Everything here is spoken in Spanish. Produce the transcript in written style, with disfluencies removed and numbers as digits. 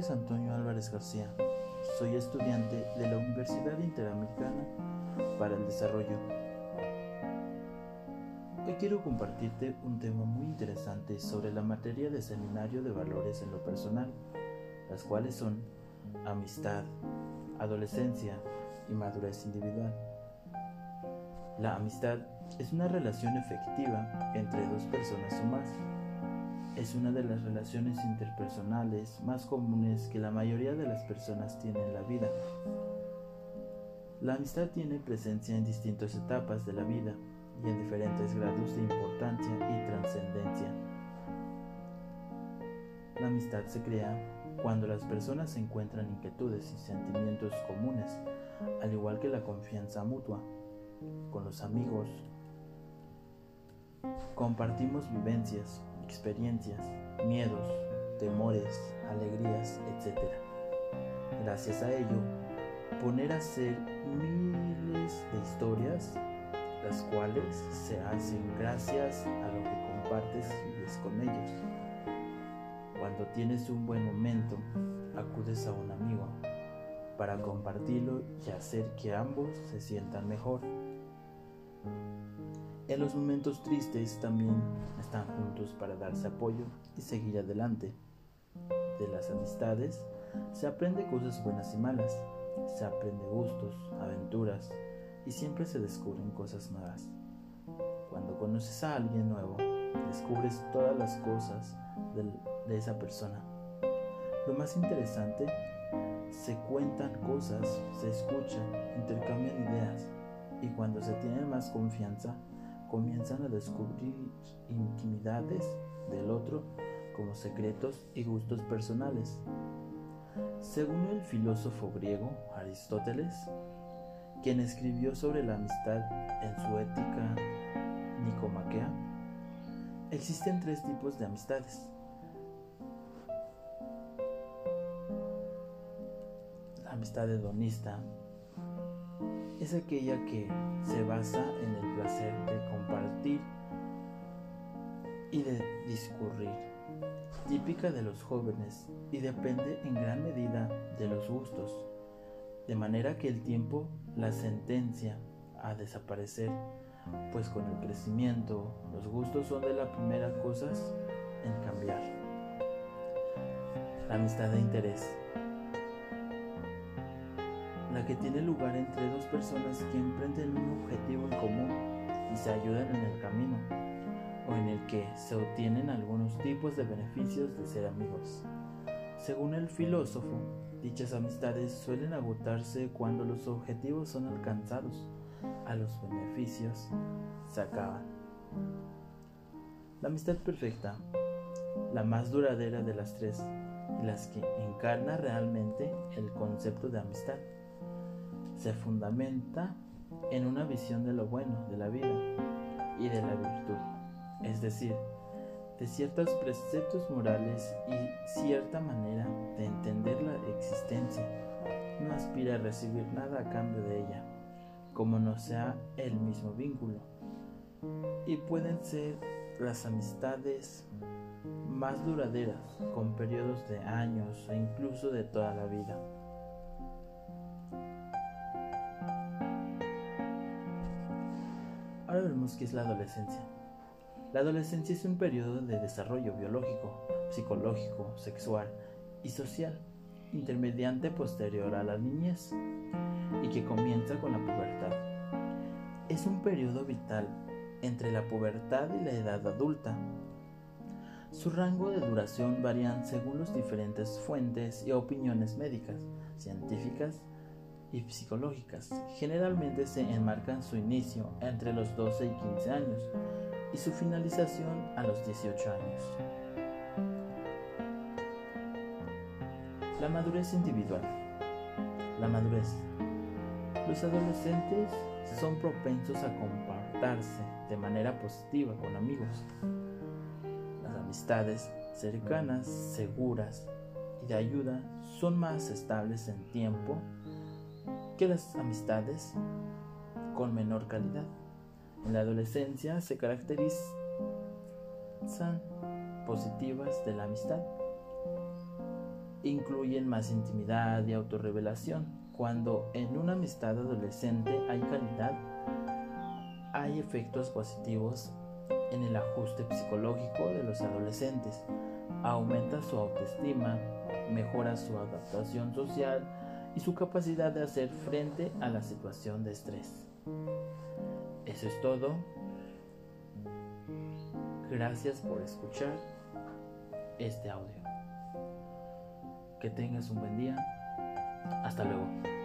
es Antonio Álvarez García. Soy estudiante de la Universidad Interamericana para el Desarrollo. Hoy quiero compartirte un tema muy interesante sobre la materia de seminario de valores en lo personal, las cuales son amistad, adolescencia y madurez individual. La amistad es una relación efectiva entre dos personas o más. Es una de las relaciones interpersonales más comunes que la mayoría de las personas tienen en la vida. La amistad tiene presencia en distintas etapas de la vida y en diferentes grados de importancia y trascendencia. La amistad se crea cuando las personas encuentran inquietudes y sentimientos comunes, al igual que la confianza mutua. Con los amigos compartimos vivencias, experiencias, miedos, temores, alegrías, etc. Gracias a ello, poner a hacer miles de historias, las cuales se hacen gracias a lo que compartes y vives con ellos. Cuando tienes un buen momento, acudes a un amigo para compartirlo y hacer que ambos se sientan mejor. En los momentos tristes también están juntos para darse apoyo y seguir adelante. De las amistades se aprende cosas buenas y malas, se aprende gustos, aventuras y siempre se descubren cosas nuevas. Cuando conoces a alguien nuevo, descubres todas las cosas de esa persona. Lo más interesante, se cuentan cosas, se escuchan, intercambian ideas y cuando se tienen más confianza, comienzan a descubrir intimidades del otro como secretos y gustos personales. Según el filósofo griego Aristóteles, quien escribió sobre la amistad en su Ética Nicomaquea, existen 3 tipos de amistades. La amistad hedonista es aquella que se basa en el placer de compartir y de discurrir, típica de los jóvenes y depende en gran medida de los gustos, de manera que el tiempo la sentencia a desaparecer, pues con el crecimiento los gustos son de las primeras cosas en cambiar. La amistad de interés, la que tiene lugar entre 2 personas que emprenden un objetivo en común y se ayudan en el camino, o en el que se obtienen algunos tipos de beneficios de ser amigos. Según el filósofo, dichas amistades suelen agotarse cuando los objetivos son alcanzados, a los beneficios se acaban. La amistad perfecta, la más duradera de las 3, y las que encarna realmente el concepto de amistad, se fundamenta en una visión de lo bueno de la vida y de la virtud, es decir, de ciertos preceptos morales y cierta manera de entender la existencia. No aspira a recibir nada a cambio de ella, como no sea el mismo vínculo, y pueden ser las amistades más duraderas, con periodos de años o incluso de toda la vida. Ahora veremos qué es la adolescencia. La adolescencia es un periodo de desarrollo biológico, psicológico, sexual y social, intermediante posterior a la niñez y que comienza con la pubertad. Es un periodo vital entre la pubertad y la edad adulta. Su rango de duración varía según las diferentes fuentes y opiniones médicas, científicas y psicológicas. Generalmente se enmarcan su inicio entre los 12 y 15 años y su finalización a los 18 años. La madurez individual. La madurez. Los adolescentes son propensos a comportarse de manera positiva con amigos. Las amistades cercanas, seguras y de ayuda son más estables en tiempo que las amistades con menor calidad. En la adolescencia se caracterizan positivas de la amistad. incluyen más intimidad y autorrevelación. Cuando en una amistad adolescente hay calidad, hay efectos positivos en el ajuste psicológico de los adolescentes. Aumenta su autoestima, mejora su adaptación social y su capacidad de hacer frente a la situación de estrés. Eso es todo. Gracias por escuchar este audio. Que tengas un buen día. Hasta luego.